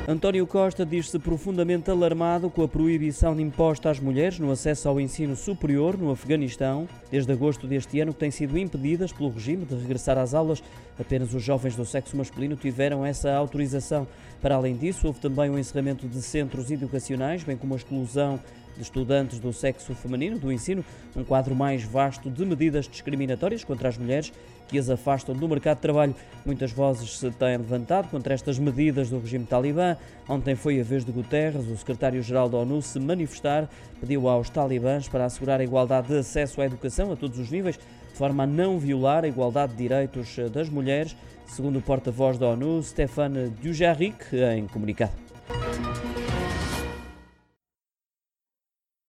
António Costa diz-se profundamente alarmado com a proibição imposta às mulheres no acesso ao ensino superior no Afeganistão. Desde agosto deste ano, que têm sido impedidas pelo regime de regressar às aulas. Apenas os jovens do sexo masculino tiveram essa autorização. Para além disso, houve também o encerramento de centros educacionais, bem como a exclusão de estudantes do sexo feminino do ensino, um quadro mais vasto de medidas discriminatórias contra as mulheres que as afastam do mercado de trabalho. Muitas vozes se têm levantado contra estas medidas do regime talibã. Ontem foi a vez de Guterres, o secretário-geral da ONU, se manifestar, pediu aos talibãs para assegurar a igualdade de acesso à educação a todos os níveis, de forma a não violar a igualdade de direitos das mulheres, segundo o porta-voz da ONU, Stéphane Dujarric, em comunicado.